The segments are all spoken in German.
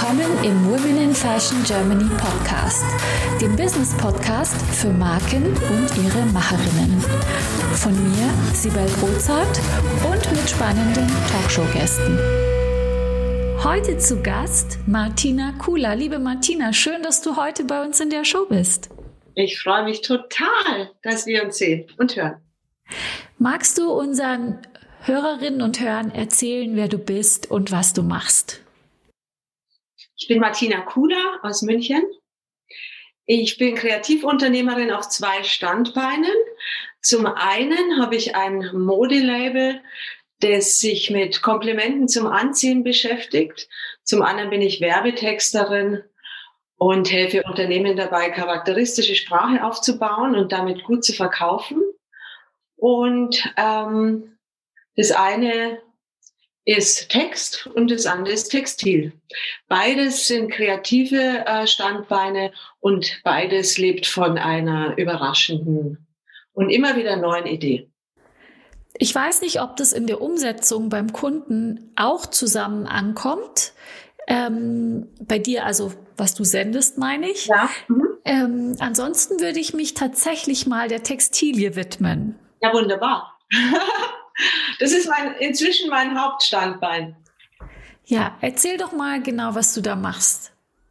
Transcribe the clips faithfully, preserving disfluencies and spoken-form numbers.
willkommen im Women in Fashion Germany Podcast, dem Business Podcast für Marken und ihre Macherinnen. Von mir, Sibel Rozart, und mit spannenden Talkshow-Gästen. Heute zu Gast Martina Kula. Liebe Martina, schön, dass du heute bei uns in der Show bist. Ich freue mich total, dass wir uns sehen und hören. Magst du unseren Hörerinnen und Hörern erzählen, wer du bist und was du machst? Ich bin Martina Kula aus München. Ich bin Kreativunternehmerin auf zwei Standbeinen. Zum einen habe ich ein Modelabel, das sich mit Komplimenten zum Anziehen beschäftigt. Zum anderen bin ich Werbetexterin und helfe Unternehmen dabei, charakteristische Sprache aufzubauen und damit gut zu verkaufen. Und ähm, das eine ist Text und das andere ist Textil. Beides sind kreative äh, Standbeine und beides lebt von einer überraschenden und immer wieder neuen Idee. Ich weiß nicht, ob das in der Umsetzung beim Kunden auch zusammen ankommt. Ähm, bei dir, also was du sendest, meine ich. Ja. Mhm. Ähm, ansonsten würde ich mich tatsächlich mal der Textilie widmen. Ja, wunderbar. Das ist mein, inzwischen mein Hauptstandbein. Ja, erzähl doch mal genau, was du da machst.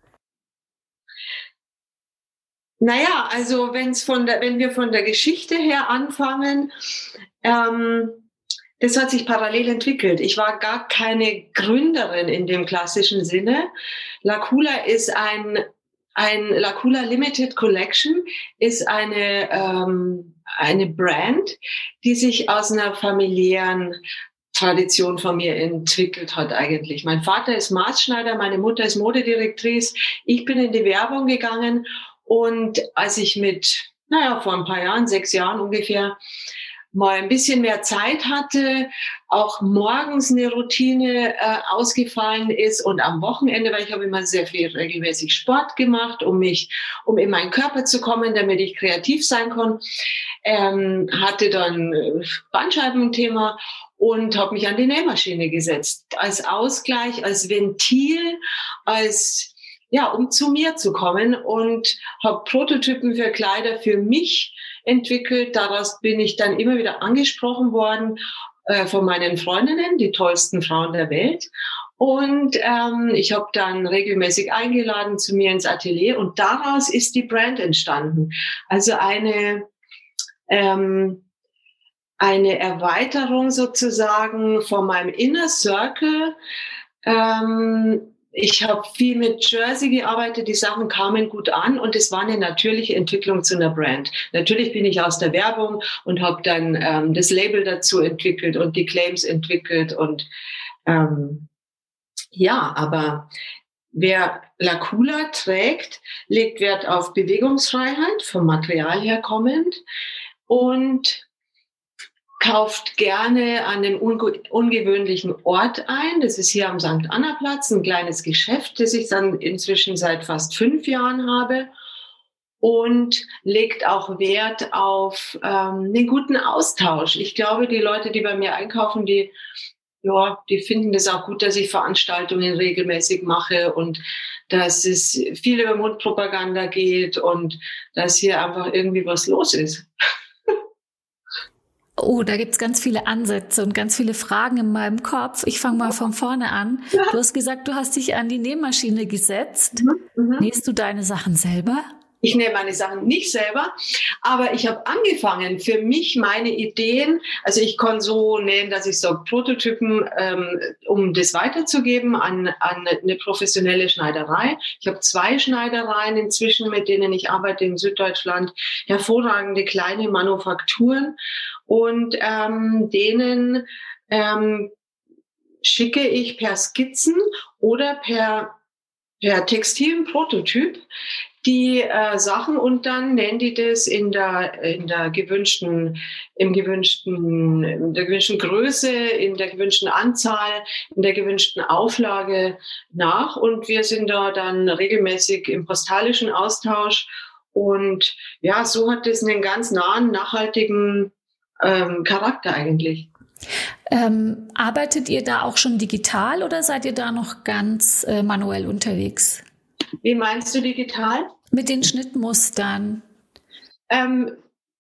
Naja, also wenn's von der, wenn wir von der Geschichte her anfangen, ähm, das hat sich parallel entwickelt. Ich war gar keine Gründerin in dem klassischen Sinne. Lakula ist ein, ein Lakula Limited Collection ist eine, ähm, eine Brand, die sich aus einer familiären Tradition von mir entwickelt hat eigentlich. Mein Vater ist Maßschneider, meine Mutter ist Modedirektrice. Ich bin in die Werbung gegangen und als ich mit, naja, vor ein paar Jahren, sechs Jahren ungefähr, mal ein bisschen mehr Zeit hatte, auch morgens eine Routine äh, ausgefallen ist und am Wochenende, weil ich habe immer sehr viel regelmäßig Sport gemacht, um mich, um in meinen Körper zu kommen, damit ich kreativ sein kann, ähm, hatte dann Bandscheibenthema und habe mich an die Nähmaschine gesetzt, als Ausgleich, als Ventil, als ja, um zu mir zu kommen, und habe Prototypen für Kleider für mich entwickelt. Daraus bin ich dann immer wieder angesprochen worden äh, von meinen Freundinnen, die tollsten Frauen der Welt. Und ähm, ich habe dann regelmäßig eingeladen zu mir ins Atelier und daraus ist die Brand entstanden. Also eine ähm, eine Erweiterung sozusagen von meinem Inner Circle. Ähm, Ich habe viel mit Jersey gearbeitet, die Sachen kamen gut an und es war eine natürliche Entwicklung zu einer Brand. Natürlich bin ich aus der Werbung und habe dann ähm, das Label dazu entwickelt und die Claims entwickelt und ähm, ja, aber wer Lakula trägt, legt Wert auf Bewegungsfreiheit, vom Material her kommend, und kauft gerne an einem unge- ungewöhnlichen Ort ein. Das ist hier am Sankt Anna-Platz, ein kleines Geschäft, das ich dann inzwischen seit fast fünf Jahren habe, und legt auch Wert auf ähm, einen guten Austausch. Ich glaube, die Leute, die bei mir einkaufen, die, ja, die finden das auch gut, dass ich Veranstaltungen regelmäßig mache und dass es viel über Mundpropaganda geht und dass hier einfach irgendwie was los ist. Oh, da gibt's ganz viele Ansätze und ganz viele Fragen in meinem Kopf. Ich fange mal von vorne an. Du hast gesagt, du hast dich an die Nähmaschine gesetzt. Mhm, mhm. Nähst du deine Sachen selber? Ich nähe meine Sachen nicht selber, aber ich habe angefangen, für mich meine Ideen, also ich kann so nähen, dass ich so Prototypen, ähm, um das weiterzugeben an, an eine professionelle Schneiderei. Ich habe zwei Schneidereien inzwischen, mit denen ich arbeite in Süddeutschland, hervorragende kleine Manufakturen, und ähm, denen ähm, schicke ich per Skizzen oder per, per textilen Prototyp die äh, Sachen, und dann nennen die das in der in der gewünschten im gewünschten in der gewünschten Größe, in der gewünschten Anzahl, in der gewünschten Auflage nach, und wir sind da dann regelmäßig im postalischen Austausch, und ja, so hat es einen ganz nahen, nachhaltigen ähm, Charakter eigentlich. Ähm, arbeitet ihr da auch schon digital oder seid ihr da noch ganz äh, manuell unterwegs? Wie meinst du digital? Mit den Schnittmustern. Ähm,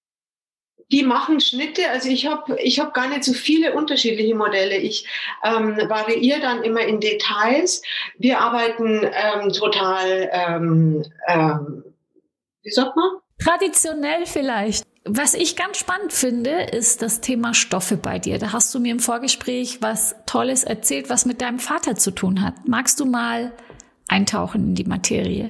Die machen Schnitte, also ich habe ich hab gar nicht so viele unterschiedliche Modelle. Ich ähm, variiere dann immer in Details. Wir arbeiten ähm, total, ähm, ähm, wie sagt man? Traditionell vielleicht. Was ich ganz spannend finde, ist das Thema Stoffe bei dir. Da hast du mir im Vorgespräch was Tolles erzählt, was mit deinem Vater zu tun hat. Magst du mal eintauchen in die Materie?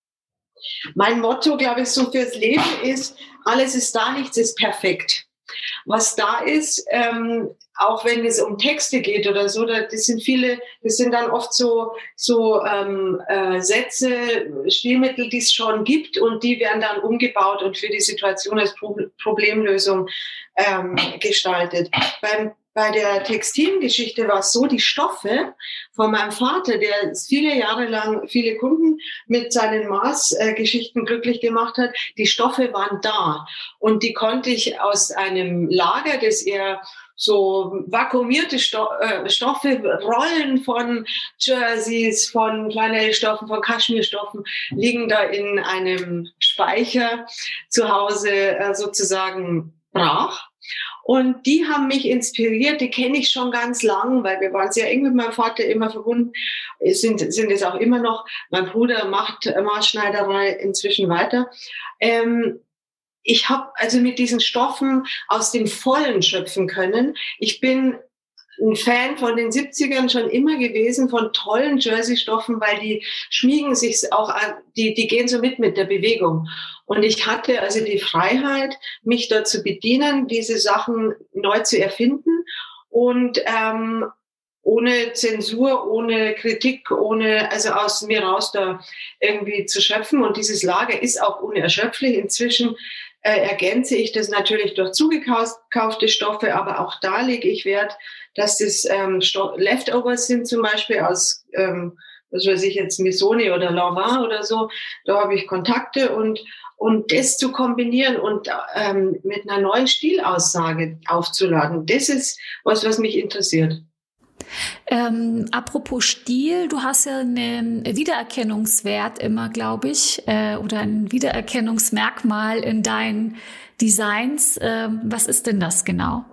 Mein Motto, glaube ich, so fürs Leben ist, alles ist da, nichts ist perfekt. Was da ist, ähm, auch wenn es um Texte geht oder so, das sind viele, das sind dann oft so, so ähm, äh, Sätze, Stilmittel, die es schon gibt und die werden dann umgebaut und für die Situation als Pro- Problemlösung ähm, gestaltet. Beim Bei der Textilgeschichte war es so, die Stoffe von meinem Vater, der viele Jahre lang viele Kunden mit seinen Maßgeschichten glücklich gemacht hat, die Stoffe waren da. Und die konnte ich aus einem Lager, das er so vakuumierte Sto- äh, Stoffe, Rollen von Jerseys, von Flanellstoffen, von Kaschmirstoffen, liegen da in einem Speicher zu Hause äh, sozusagen brach. Und die haben mich inspiriert, die kenne ich schon ganz lang, weil wir waren sehr eng mit meinem Vater immer verbunden, sind, sind es auch immer noch. Mein Bruder macht Maßschneiderei inzwischen weiter. Ähm, ich habe also mit diesen Stoffen aus dem Vollen schöpfen können. Ich bin ein Fan von den siebzigern schon immer gewesen, von tollen Jersey-Stoffen, weil die schmiegen sich auch an, die, die gehen so mit mit der Bewegung. Und ich hatte also die Freiheit, mich da zu bedienen, diese Sachen neu zu erfinden und ähm, ohne Zensur, ohne Kritik, ohne, also aus mir raus da irgendwie zu schöpfen. Und dieses Lager ist auch unerschöpflich. Inzwischen äh, ergänze ich das natürlich durch zugekaufte Stoffe, aber auch da lege ich Wert, dass das ähm, Stoff- Leftovers sind, zum Beispiel aus, ähm, was weiß ich jetzt, Missoni oder Lanvin oder so. Da habe ich Kontakte und und das zu kombinieren und ähm, mit einer neuen Stilaussage aufzuladen, das ist was, was mich interessiert. Ähm, apropos Stil, du hast ja einen Wiedererkennungswert immer, glaube ich, äh, oder ein Wiedererkennungsmerkmal in deinen Designs. Ähm, was ist denn das genau?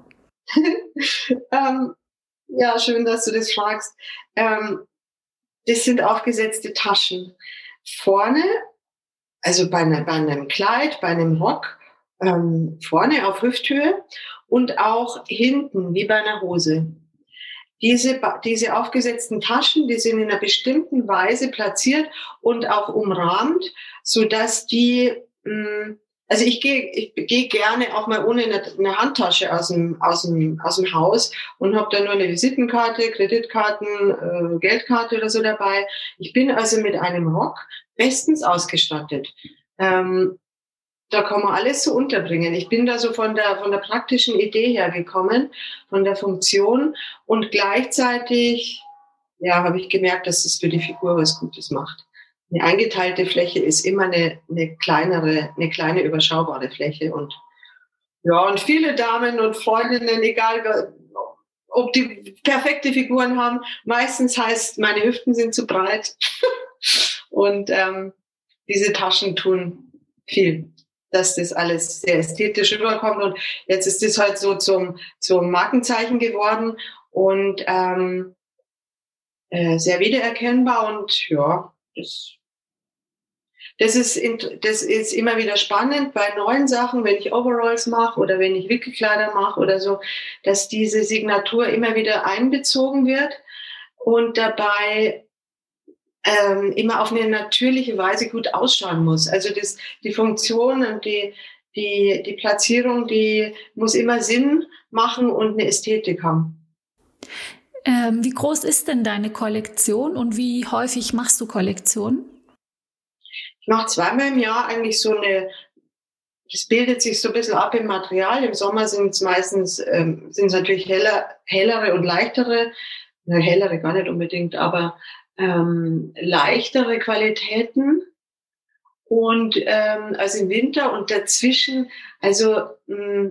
ähm, ja, schön, dass du das fragst. Ähm, das sind aufgesetzte Taschen. Vorne, also bei, ne, bei einem Kleid, bei einem Rock, ähm, vorne auf Hüfthöhe und auch hinten, wie bei einer Hose. Diese, diese aufgesetzten Taschen, die sind in einer bestimmten Weise platziert und auch umrahmt, so dass die, mh, also ich gehe ich gehe gerne auch mal ohne eine, eine Handtasche aus dem, aus dem, aus dem Haus und habe dann nur eine Visitenkarte, Kreditkarten, äh, Geldkarte oder so dabei. Ich bin also mit einem Rock bestens ausgestattet. Ähm, Da kann man alles so unterbringen. Ich bin da so von der, von der praktischen Idee her gekommen, von der Funktion und gleichzeitig, ja, habe ich gemerkt, dass es für die Figur was Gutes macht. Eine eingeteilte Fläche ist immer eine, eine kleinere, eine kleine überschaubare Fläche und ja, und viele Damen und Freundinnen, egal ob die perfekte Figuren haben, meistens heißt, meine Hüften sind zu breit und ähm, diese Taschen tun viel, dass das alles sehr ästhetisch rüberkommt. Und jetzt ist das halt so zum, zum Markenzeichen geworden und ähm, äh, sehr wiedererkennbar. Und ja, das, das, ist, das ist immer wieder spannend bei neuen Sachen, wenn ich Overalls mache oder wenn ich Wickelkleider mache oder so, dass diese Signatur immer wieder einbezogen wird und dabei ähm, immer auf eine natürliche Weise gut ausschauen muss. Also das, die Funktion und die, die, die Platzierung, die muss immer Sinn machen und eine Ästhetik haben. Ähm, wie groß ist denn deine Kollektion und wie häufig machst du Kollektionen? Ich mache zweimal im Jahr eigentlich so eine, das bildet sich so ein bisschen ab im Material. Im Sommer sind es meistens, ähm, sind es natürlich heller, hellere und leichtere, na, hellere gar nicht unbedingt, aber ähm, leichtere Qualitäten. Und ähm, also im Winter und dazwischen, also mh,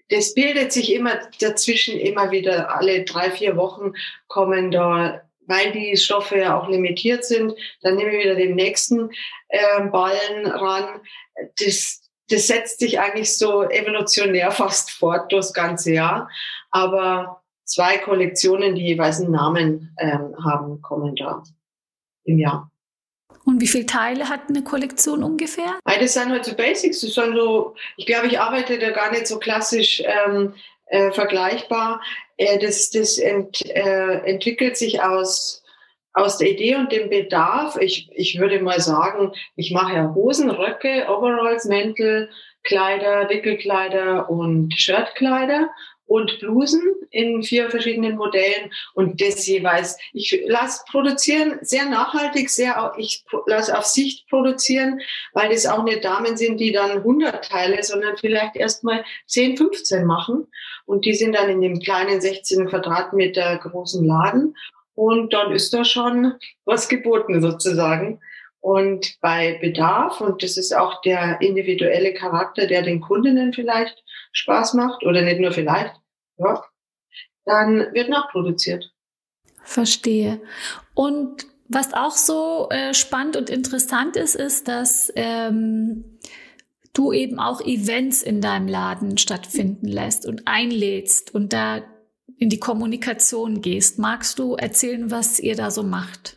das bildet sich immer dazwischen immer wieder, alle drei, vier Wochen kommen da, weil die Stoffe ja auch limitiert sind, dann nehmen wir wieder den nächsten äh, Ballen ran. Das, das setzt sich eigentlich so evolutionär fast fort durchs ganze Jahr. Aber zwei Kollektionen, die jeweils einen Namen ähm, haben, kommen da im Jahr. Und wie viele Teile hat eine Kollektion ungefähr? Das sind halt so Basics. Das sind so, ich glaube, ich arbeite da gar nicht so klassisch ähm, äh, vergleichbar. Äh, das das ent, äh, entwickelt sich aus, aus der Idee und dem Bedarf. Ich, ich würde mal sagen, ich mache ja Hosen, Röcke, Overalls, Mäntel, Kleider, Wickelkleider und Shirtkleider und Blusen in vier verschiedenen Modellen und das jeweils. Ich lasse produzieren, sehr nachhaltig, sehr, ich lasse auf Sicht produzieren, weil das auch nicht Damen sind, die dann hundert Teile, sondern vielleicht erst mal zehn, fünfzehn machen und die sind dann in dem kleinen sechzehn Quadratmeter großen Laden und dann ist da schon was geboten sozusagen. Und bei Bedarf, und das ist auch der individuelle Charakter, der den Kundinnen vielleicht Spaß macht, oder nicht nur vielleicht, ja, dann wird nachproduziert. Verstehe. Und was auch so äh, spannend und interessant ist, ist, dass ähm, du eben auch Events in deinem Laden stattfinden lässt und einlädst und da in die Kommunikation gehst. Magst du erzählen, was ihr da so macht?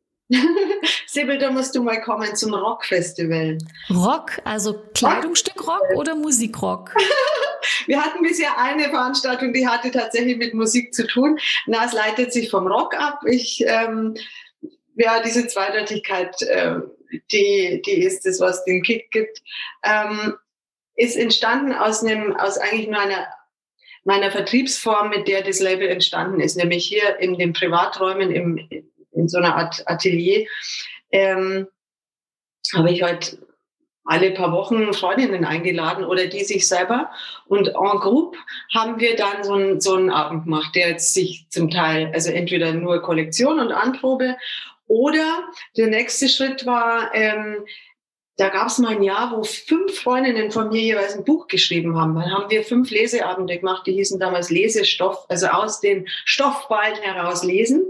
Sibyl, da musst du mal kommen zum Rockfestival. Rock? Also Kleidungsstück Rock oder Musikrock? Wir hatten bisher eine Veranstaltung, die hatte tatsächlich mit Musik zu tun. Na, es leitet sich vom Rock ab. Ich, ähm, ja, diese Zweideutigkeit, äh, die, die ist das, was den Kick gibt. Ähm, ist entstanden aus einem, aus eigentlich nur einer meiner Vertriebsform, mit der das Label entstanden ist, nämlich hier in den Privaträumen im in so einer Art Atelier, ähm, habe ich halt alle paar Wochen Freundinnen eingeladen oder die sich selber. Und en groupe haben wir dann so einen, so einen Abend gemacht, der jetzt sich zum Teil, also entweder nur Kollektion und Anprobe oder der nächste Schritt war, ähm, da gab es mal ein Jahr, wo fünf Freundinnen von mir jeweils ein Buch geschrieben haben. Dann haben wir fünf Leseabende gemacht, die hießen damals Lesestoff, also aus dem Stoffballen heraus lesen.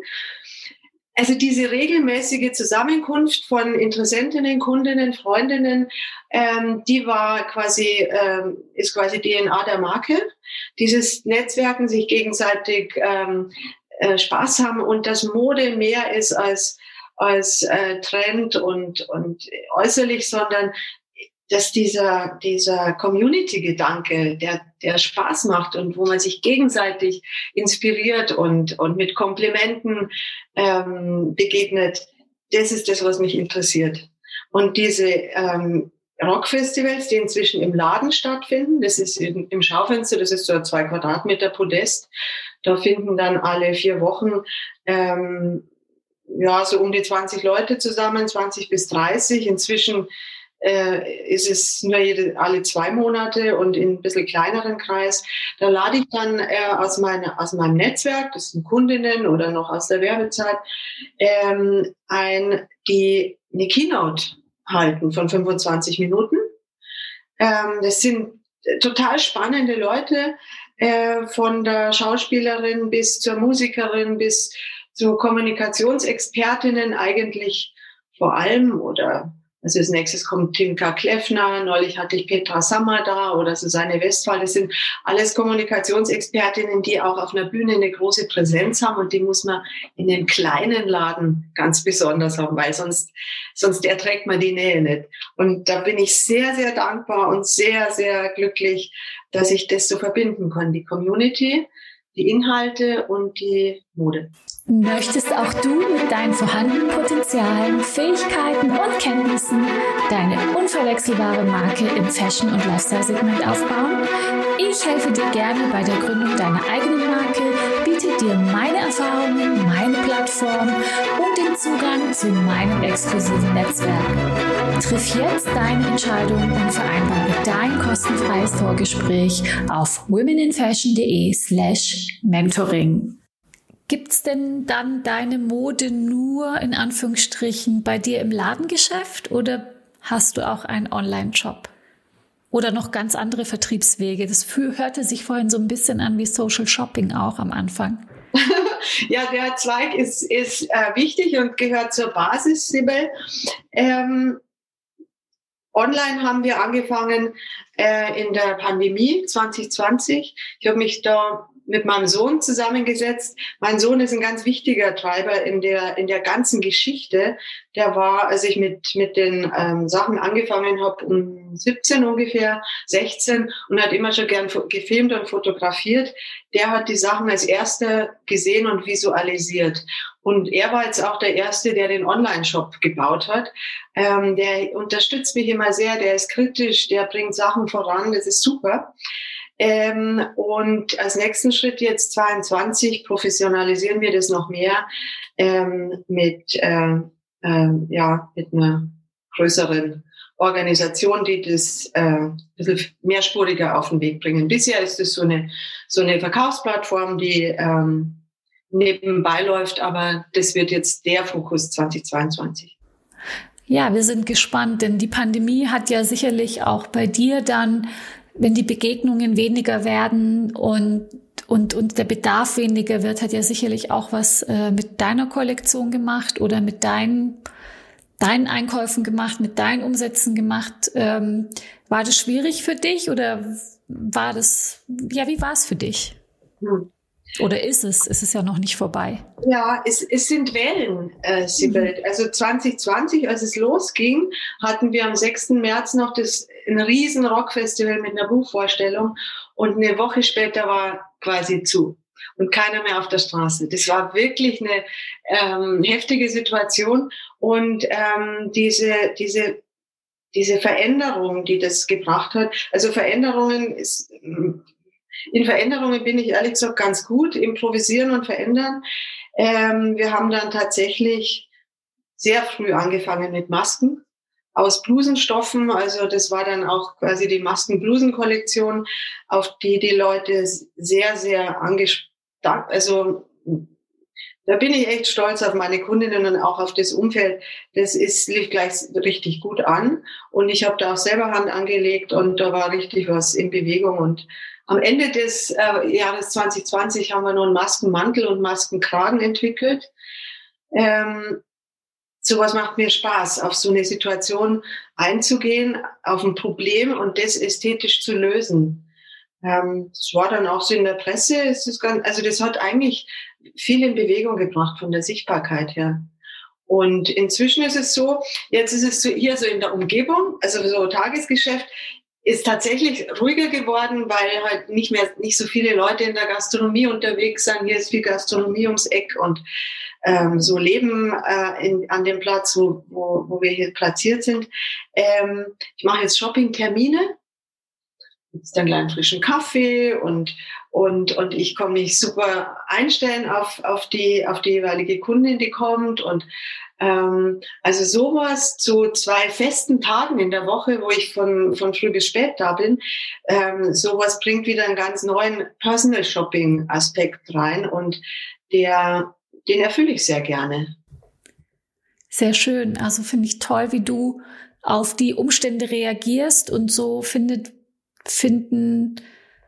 Also diese regelmäßige Zusammenkunft von Interessentinnen, Kundinnen, Freundinnen, ähm, die war quasi, ähm, ist quasi D N A der Marke. Dieses Netzwerken, sich gegenseitig ähm, äh, Spaß haben und dass Mode mehr ist als als äh, Trend und und äußerlich, sondern dass dieser dieser Community-Gedanke, der der Spaß macht und wo man sich gegenseitig inspiriert und und mit Komplimenten ähm, begegnet, das ist das, was mich interessiert. Und diese ähm, Rockfestivals, die inzwischen im Laden stattfinden, das ist in, im Schaufenster, das ist so ein zwei Quadratmeter Podest, da finden dann alle vier Wochen ähm, ja so um die zwanzig Leute zusammen, zwanzig bis dreißig. Inzwischen äh, ist es nur jede, alle zwei Monate und in ein bisschen kleineren Kreis. Da lade ich dann äh, aus, meine, aus meinem Netzwerk, das sind Kundinnen oder noch aus der Werbezeit, ähm, ein, die eine Keynote halten von fünfundzwanzig Minuten. Ähm, das sind total spannende Leute, äh, von der Schauspielerin bis zur Musikerin bis zu Kommunikationsexpertinnen eigentlich vor allem oder also als nächstes kommt Tinka Kleffner, neulich hatte ich Petra Sammer da oder Susanne Westphal. Das sind alles Kommunikationsexpertinnen, die auch auf einer Bühne eine große Präsenz haben und die muss man in einem kleinen Laden ganz besonders haben, weil sonst, sonst erträgt man die Nähe nicht. Und da bin ich sehr, sehr dankbar und sehr, sehr glücklich, dass ich das so verbinden kann, die Community, die Inhalte und die Mode. Möchtest auch du mit deinen vorhandenen Potenzialen, Fähigkeiten und Kenntnissen deine unverwechselbare Marke im Fashion- und Lifestyle-Segment aufbauen? Ich helfe dir gerne bei der Gründung deiner eigenen Marke, biete dir meine Erfahrungen, meine Plattform und den Zugang zu meinem exklusiven Netzwerk. Triff jetzt deine Entscheidung und vereinbare dein kostenfreies Vorgespräch auf womeninfashion.de slash mentoring. Gibt's denn dann deine Mode nur in Anführungsstrichen bei dir im Ladengeschäft oder hast du auch einen Online-Shop? Oder noch ganz andere Vertriebswege? Das hörte sich vorhin so ein bisschen an wie Social Shopping auch am Anfang. Ja, der Zweig ist, ist äh, wichtig und gehört zur Basis, Sibel. Ähm, online haben wir angefangen äh, in der Pandemie zwanzig zwanzig. Ich habe mich da mit meinem Sohn zusammengesetzt. Mein Sohn ist ein ganz wichtiger Treiber in der in der ganzen Geschichte. Der war, als ich mit mit den ähm, Sachen angefangen habe, um siebzehn ungefähr, sechzehn, und hat immer schon gern gefilmt und fotografiert. Der hat die Sachen als erster gesehen und visualisiert. Und er war jetzt auch der Erste, der den Online-Shop gebaut hat. Ähm, der unterstützt mich immer sehr, der ist kritisch, der bringt Sachen voran, das ist super. Ähm, und als nächsten Schritt jetzt zweiundzwanzig professionalisieren wir das noch mehr ähm, mit, äh, äh, ja, mit einer größeren Organisation, die das äh, ein bisschen mehrspuriger auf den Weg bringen. Bisher ist es so eine, so eine Verkaufsplattform, die ähm, nebenbei läuft, aber das wird jetzt der Fokus zwanzig zweiundzwanzig. Ja, wir sind gespannt, denn die Pandemie hat ja sicherlich auch bei dir dann, wenn die Begegnungen weniger werden und und und der Bedarf weniger wird, hat ja sicherlich auch was äh, mit deiner Kollektion gemacht oder mit deinen deinen Einkäufen gemacht, mit deinen Umsätzen gemacht. Ähm, war das schwierig für dich oder war das, ja, wie war es für dich? Hm. Oder ist es? Es ist ja noch nicht vorbei. Ja, es, es sind Wellen, äh, Sibel. Mhm. Also zwanzig zwanzig, als es losging, hatten wir am sechsten März noch das ein riesen Rockfestival mit einer Buchvorstellung und eine Woche später war quasi zu und keiner mehr auf der Straße. Das war wirklich eine ähm, heftige Situation und ähm, diese diese diese Veränderung, die das gebracht hat. Also Veränderungen ist In Veränderungen bin ich ehrlich gesagt ganz gut, improvisieren und verändern. Ähm, wir haben dann tatsächlich sehr früh angefangen mit Masken aus Blusenstoffen. Also das war dann auch quasi die Masken-Blusen-Kollektion, auf die die Leute sehr, sehr angestarrt, also da bin ich echt stolz auf meine Kundinnen und auch auf das Umfeld. Das ist, lief gleich richtig gut an. Und ich habe da auch selber Hand angelegt und da war richtig was in Bewegung. Und am Ende des äh, Jahres zwanzig zwanzig haben wir noch einen Maskenmantel und Maskenkragen entwickelt. Ähm, sowas macht mir Spaß, auf so eine Situation einzugehen, auf ein Problem und das ästhetisch zu lösen. Ähm, das war dann auch so in der Presse. Es ist ganz, also das hat eigentlich viel in Bewegung gebracht von der Sichtbarkeit her. Und inzwischen ist es so, jetzt ist es so hier so in der Umgebung, also so Tagesgeschäft, ist tatsächlich ruhiger geworden, weil halt nicht mehr nicht so viele Leute in der Gastronomie unterwegs sind. Hier ist viel Gastronomie ums Eck und ähm, so leben äh, in, an dem Platz, wo, wo, wo wir hier platziert sind. Ähm, ich mache jetzt Shopping-Termine, jetzt dann kleinen frischen Kaffee und und und ich komme mich super einstellen auf auf die auf die jeweilige Kundin, die kommt und ähm, also sowas zu zwei festen Tagen in der Woche, wo ich von von früh bis spät da bin, ähm, sowas bringt wieder einen ganz neuen Personal Shopping Aspekt rein und der den erfülle ich sehr gerne. Sehr schön. Also finde ich toll, wie du auf die Umstände reagierst und so findet finden,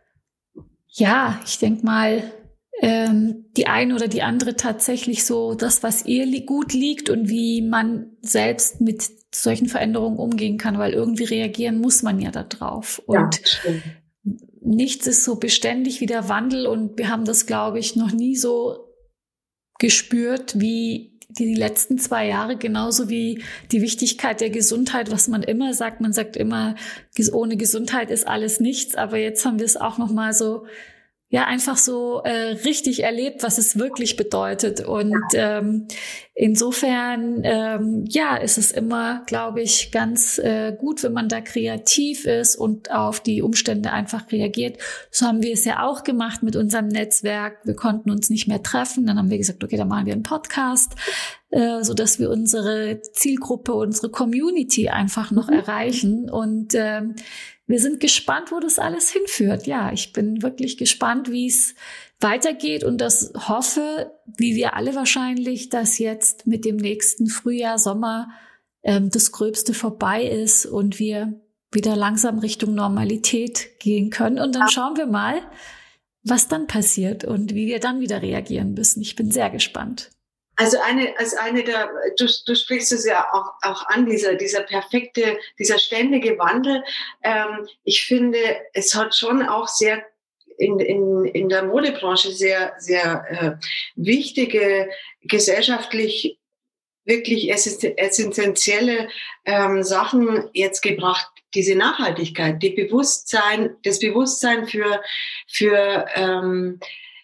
ja, ich denke mal, ähm, die eine oder die andere tatsächlich so das, was ihr li- gut liegt und wie man selbst mit solchen Veränderungen umgehen kann, weil irgendwie reagieren muss man ja da drauf. Und ja, nichts ist so beständig wie der Wandel und wir haben das, glaube ich, noch nie so gespürt wie die letzten zwei Jahre, genauso wie die Wichtigkeit der Gesundheit, was man immer sagt. Man sagt immer, ohne Gesundheit ist alles nichts. Aber jetzt haben wir es auch noch mal so, ja, einfach so äh, richtig erlebt, was es wirklich bedeutet. Und ähm, insofern, ähm, ja, ist es immer, glaube ich, ganz äh, gut, wenn man da kreativ ist und auf die Umstände einfach reagiert. So haben wir es ja auch gemacht mit unserem Netzwerk. Wir konnten uns nicht mehr treffen. Dann haben wir gesagt, okay, dann machen wir einen Podcast, äh, so dass wir unsere Zielgruppe, unsere Community einfach noch erreichen. Und ähm, wir sind gespannt, wo das alles hinführt. Ja, ich bin wirklich gespannt, wie es weitergeht und das hoffe, wie wir alle wahrscheinlich, dass jetzt mit dem nächsten Frühjahr, Sommer ähm, das Gröbste vorbei ist und wir wieder langsam Richtung Normalität gehen können. Und dann schauen wir mal, was dann passiert und wie wir dann wieder reagieren müssen. Ich bin sehr gespannt. Also eine, als eine der, du, du sprichst es ja auch, auch an, dieser, dieser perfekte, dieser ständige Wandel. Ähm, ich finde, es hat schon auch sehr in, in, in der Modebranche sehr, sehr äh, wichtige, gesellschaftlich wirklich essentielle ähm, Sachen jetzt gebracht. Diese Nachhaltigkeit, die Bewusstsein, das Bewusstsein für, für ähm,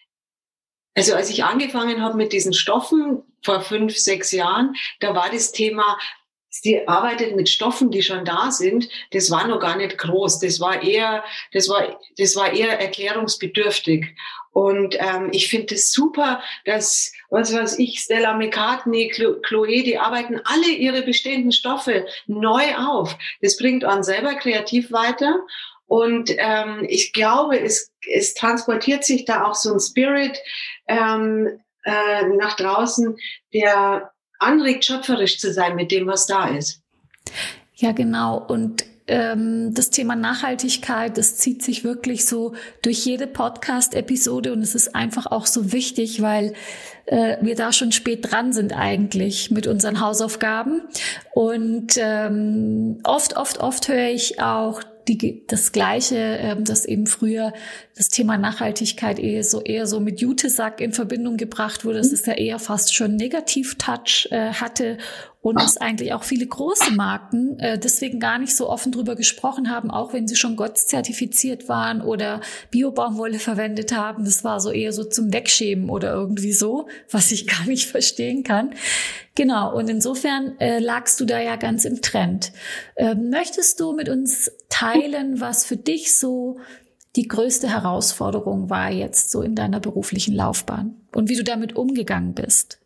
also als ich angefangen habe mit diesen Stoffen vor fünf, sechs Jahren, da war das Thema, sie arbeitet mit Stoffen, die schon da sind, das war noch gar nicht groß. Das war eher, das war, das war eher erklärungsbedürftig. Und ähm, ich finde es super, dass, was weiß ich, Stella McCartney, Chloé, die arbeiten alle ihre bestehenden Stoffe neu auf. Das bringt einen selber kreativ weiter. Und ähm, ich glaube, es, es transportiert sich da auch so ein Spirit ähm, äh, nach draußen, der anregt, schöpferisch zu sein mit dem, was da ist. Ja, genau. Und ähm, das Thema Nachhaltigkeit, das zieht sich wirklich so durch jede Podcast-Episode und es ist einfach auch so wichtig, weil äh, wir da schon spät dran sind eigentlich mit unseren Hausaufgaben. Und ähm, oft, oft, oft höre ich auch Die, das Gleiche, ähm, dass eben früher das Thema Nachhaltigkeit eher so eher so mit Jutesack in Verbindung gebracht wurde, dass es ja eher fast schon Negativ-Touch äh, hatte und dass eigentlich auch viele große Marken äh, deswegen gar nicht so offen drüber gesprochen haben, auch wenn sie schon G O T-zertifiziert waren oder Bio-Baumwolle verwendet haben. Das war so eher so zum Wegschämen oder irgendwie so, was ich gar nicht verstehen kann. Genau, und insofern äh, lagst du da ja ganz im Trend. Ähm, möchtest du mit uns teilen, was für dich so die größte Herausforderung war jetzt so in deiner beruflichen Laufbahn und wie du damit umgegangen bist?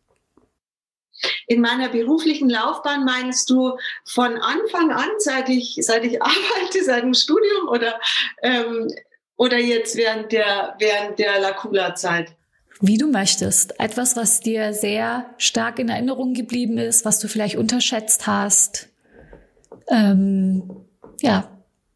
In meiner beruflichen Laufbahn meinst du von Anfang an, seit ich, seit ich arbeite, seit dem Studium oder, ähm, oder jetzt während der, während der Lacula-Zeit? Wie du möchtest. Etwas, was dir sehr stark in Erinnerung geblieben ist, was du vielleicht unterschätzt hast. Ähm, ja.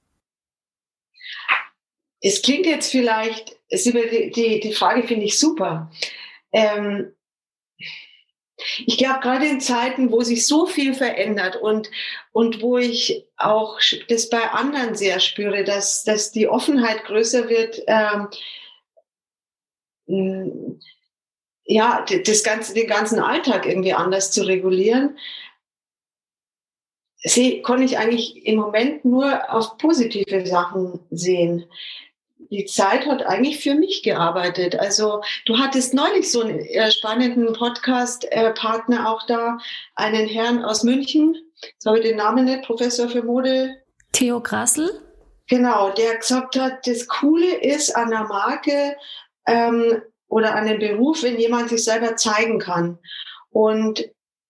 Es klingt jetzt vielleicht, die, die, die Frage finde ich super. Ähm, ich glaube, gerade in Zeiten, wo sich so viel verändert und, und wo ich auch das bei anderen sehr spüre, dass, dass die Offenheit größer wird, ähm, ja, das ganze, den ganzen Alltag irgendwie anders zu regulieren, sehe, konnte ich eigentlich im Moment nur auf positive Sachen sehen. Die Zeit hat eigentlich für mich gearbeitet. Also du hattest neulich so einen äh, spannenden Podcast-Partner äh, auch da, einen Herrn aus München, jetzt habe ich den Namen nicht, Professor für Mode. Theo Grassl? Genau, der gesagt hat, das Coole ist an der Marke ähm, oder an dem Beruf, wenn jemand sich selber zeigen kann. Und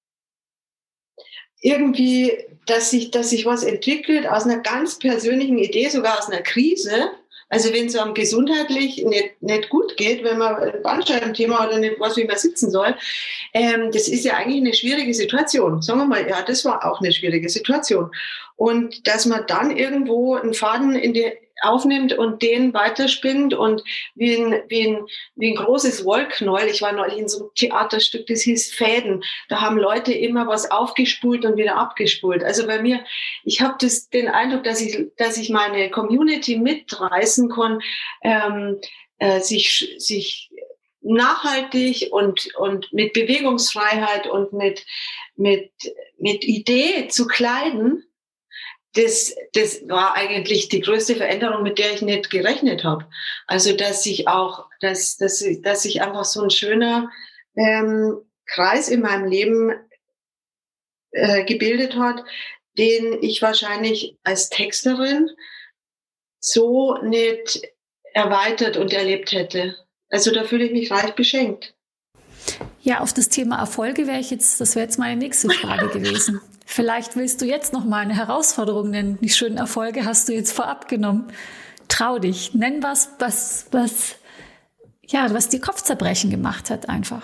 irgendwie, dass sich, dass sich was entwickelt aus einer ganz persönlichen Idee, sogar aus einer Krise. Also wenn es einem gesundheitlich nicht, nicht gut geht, wenn man ein Bandscheibenthema hat oder nicht weiß, wie man sitzen soll, ähm, das ist ja eigentlich eine schwierige Situation. Sagen wir mal, ja, das war auch eine schwierige Situation. Und dass man dann irgendwo einen Faden in die aufnimmt und den weiterspinnt und wie ein, wie ein, wie ein großes Wollknäuel. Ich war neulich in so einem Theaterstück, das hieß Fäden. Da haben Leute immer was aufgespult und wieder abgespult. Also bei mir, ich habe das den Eindruck, dass ich, dass ich meine Community mitreißen kann, ähm, äh, sich, sich nachhaltig und, und mit Bewegungsfreiheit und mit, mit, mit Idee zu kleiden. Das, das war eigentlich die größte Veränderung, mit der ich nicht gerechnet habe. Also, dass ich auch, dass, dass, dass sich einfach so ein schöner ähm, Kreis in meinem Leben äh, gebildet hat, den ich wahrscheinlich als Texterin so nicht erweitert und erlebt hätte. Also, da fühle ich mich reich beschenkt. Ja, auf das Thema Erfolge wäre ich jetzt, das wäre jetzt meine nächste Frage gewesen. Vielleicht willst du jetzt noch mal eine Herausforderung nennen. Die schönen Erfolge hast du jetzt vorab genommen. Trau dich. Nenn was, was, was, ja, was dir Kopfzerbrechen gemacht hat einfach.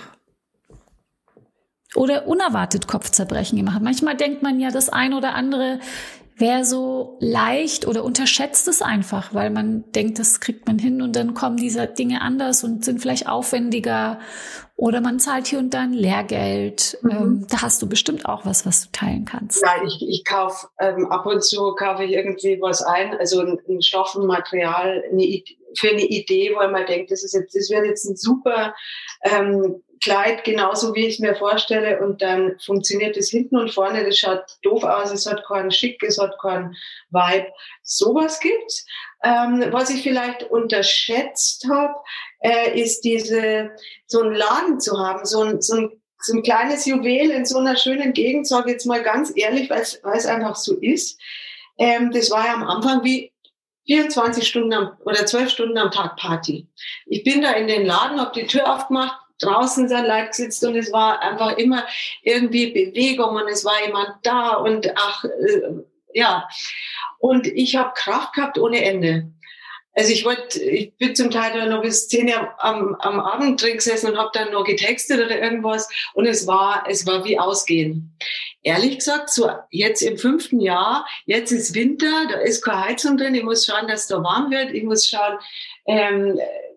Oder unerwartet Kopfzerbrechen gemacht hat. Manchmal denkt man ja, das ein oder andere wäre so leicht oder unterschätzt es einfach, weil man denkt, das kriegt man hin und dann kommen diese Dinge anders und sind vielleicht aufwendiger oder man zahlt hier und da ein Lehrgeld. Mhm. Ähm, da hast du bestimmt auch was, was du teilen kannst. Ja, ich, ich kaufe ähm, ab und zu kaufe ich irgendwie was ein, also ein, ein Stoff, ein Material eine, für eine Idee, wo man denkt, das ist jetzt, das wird jetzt ein super ähm, Kleid, genauso wie ich es mir vorstelle, und dann funktioniert es hinten und vorne, das schaut doof aus, es hat keinen Schick, es hat keinen Vibe. Sowas gibt's. Ähm, was ich vielleicht unterschätzt habe, äh, ist diese, so einen Laden zu haben, so ein, so ein, so ein kleines Juwel in so einer schönen Gegend, sage ich jetzt mal ganz ehrlich, weil es einfach so ist. Ähm, das war ja am Anfang wie vierundzwanzig Stunden am, oder zwölf Stunden am Tag Party. Ich bin da in den Laden, habe die Tür aufgemacht, draußen sein Leib gesitzt und es war einfach immer irgendwie Bewegung und es war jemand da und ach, äh, ja. Und ich habe Kraft gehabt ohne Ende. Also ich wollte, ich bin zum Teil dann noch bis zehn Uhr am, am Abend drin gesessen und habe dann noch getextet oder irgendwas und es war, es war wie Ausgehen. Ehrlich gesagt, so jetzt im fünften Jahr, jetzt ist Winter, da ist keine Heizung drin, ich muss schauen, dass es da warm wird, ich muss schauen, ähm,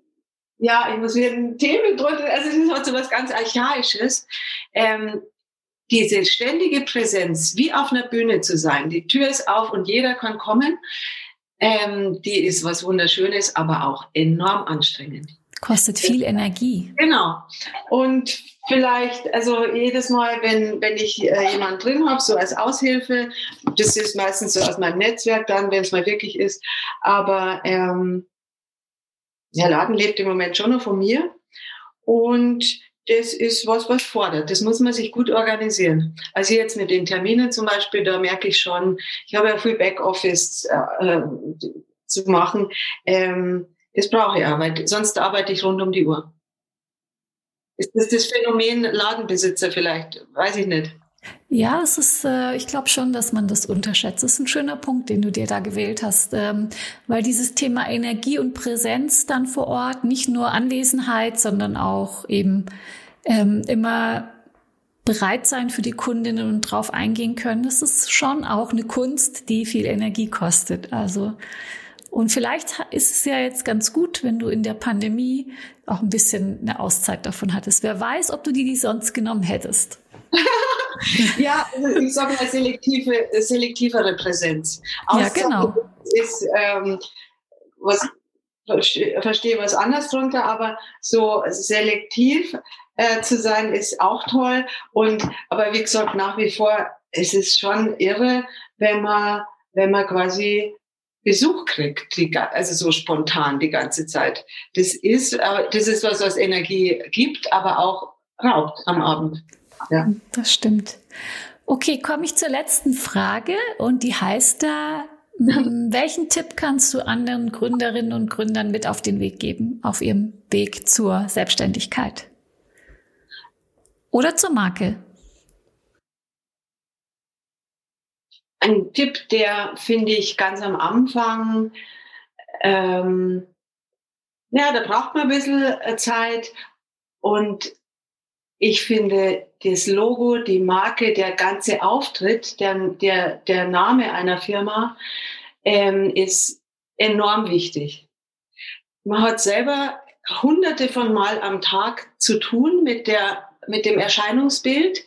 ja, ich muss mir einen Tee mit drunter, also das ist halt so was ganz Archaisches. Ähm, diese ständige Präsenz, wie auf einer Bühne zu sein, die Tür ist auf und jeder kann kommen, ähm, die ist was Wunderschönes, aber auch enorm anstrengend. Kostet viel Energie. Genau. Und vielleicht, also jedes Mal, wenn, wenn ich äh, jemanden drin habe, so als Aushilfe, das ist meistens so aus meinem Netzwerk dann, wenn es mal wirklich ist, aber ähm, der Laden lebt im Moment schon noch von mir und das ist was, was fordert. Das muss man sich gut organisieren. Also jetzt mit den Terminen zum Beispiel, da merke ich schon, ich habe ja viel Backoffice äh, zu machen. Ähm, das brauche ich auch, weil sonst arbeite ich rund um die Uhr. Ist das das Phänomen Ladenbesitzer vielleicht? Weiß ich nicht. Ja, es ist, äh, ich glaube schon, dass man das unterschätzt. Das ist ein schöner Punkt, den du dir da gewählt hast, ähm, weil dieses Thema Energie und Präsenz dann vor Ort, nicht nur Anwesenheit, sondern auch eben ähm, immer bereit sein für die Kundinnen und drauf eingehen können. Das ist schon auch eine Kunst, die viel Energie kostet. Also und vielleicht ist es ja jetzt ganz gut, wenn du in der Pandemie auch ein bisschen eine Auszeit davon hattest. Wer weiß, ob du die, die sonst genommen hättest. Ja, ich sage mal selektive, selektivere Präsenz. Auszeit ja, genau. Ist, ähm, was, verstehe was anderes drunter, aber so selektiv äh, zu sein ist auch toll. Und, aber wie gesagt, nach wie vor, es ist schon irre, wenn man, wenn man quasi Besuch kriegt, die, also so spontan die ganze Zeit. Das ist, das ist was, was Energie gibt, aber auch raubt am Abend. Ja. Das stimmt. Okay, komme ich zur letzten Frage und die heißt da, welchen Tipp kannst du anderen Gründerinnen und Gründern mit auf den Weg geben, auf ihrem Weg zur Selbstständigkeit? Oder zur Marke? Ein Tipp, der finde ich ganz am Anfang, ähm, ja, da braucht man ein bisschen Zeit und ich finde, das Logo, die Marke, der ganze Auftritt, der, der, der Name einer Firma ähm, ist enorm wichtig. Man hat selber hunderte von Mal am Tag zu tun mit, der, mit dem Erscheinungsbild,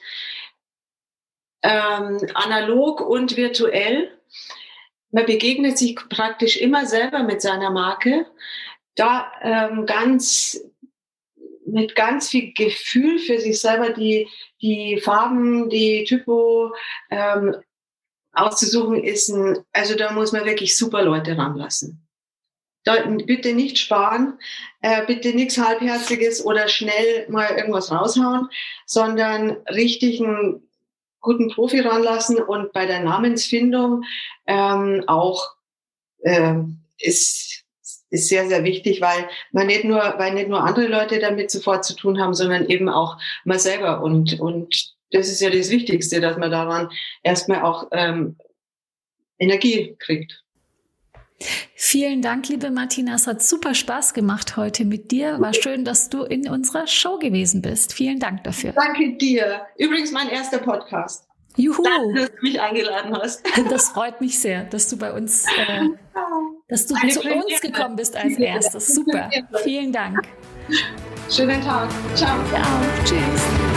ähm, analog und virtuell. Man begegnet sich praktisch immer selber mit seiner Marke. Da ähm, ganz... mit ganz viel Gefühl für sich selber die, die Farben, die Typo ähm, auszusuchen, ist ein, also da muss man wirklich super Leute ranlassen. Da bitte nicht sparen, äh, bitte nichts Halbherziges oder schnell mal irgendwas raushauen, sondern richtig einen guten Profi ranlassen und bei der Namensfindung ähm, auch äh, ist ist sehr, sehr wichtig, weil man nicht nur, weil nicht nur andere Leute damit sofort zu tun haben, sondern eben auch man selber. Und, und das ist ja das Wichtigste, dass man daran erstmal auch ähm, Energie kriegt. Vielen Dank, liebe Martina. Es hat super Spaß gemacht heute mit dir. War schön, dass du in unserer Show gewesen bist. Vielen Dank dafür. Danke dir. Übrigens mein erster Podcast. Juhu. Danke, dass du mich eingeladen hast. Das freut mich sehr, dass du bei uns, äh, dass du Eine zu Premiere. uns gekommen bist als erstes. Super. Vielen Dank. Schönen Tag. Ciao. Ja, tschüss.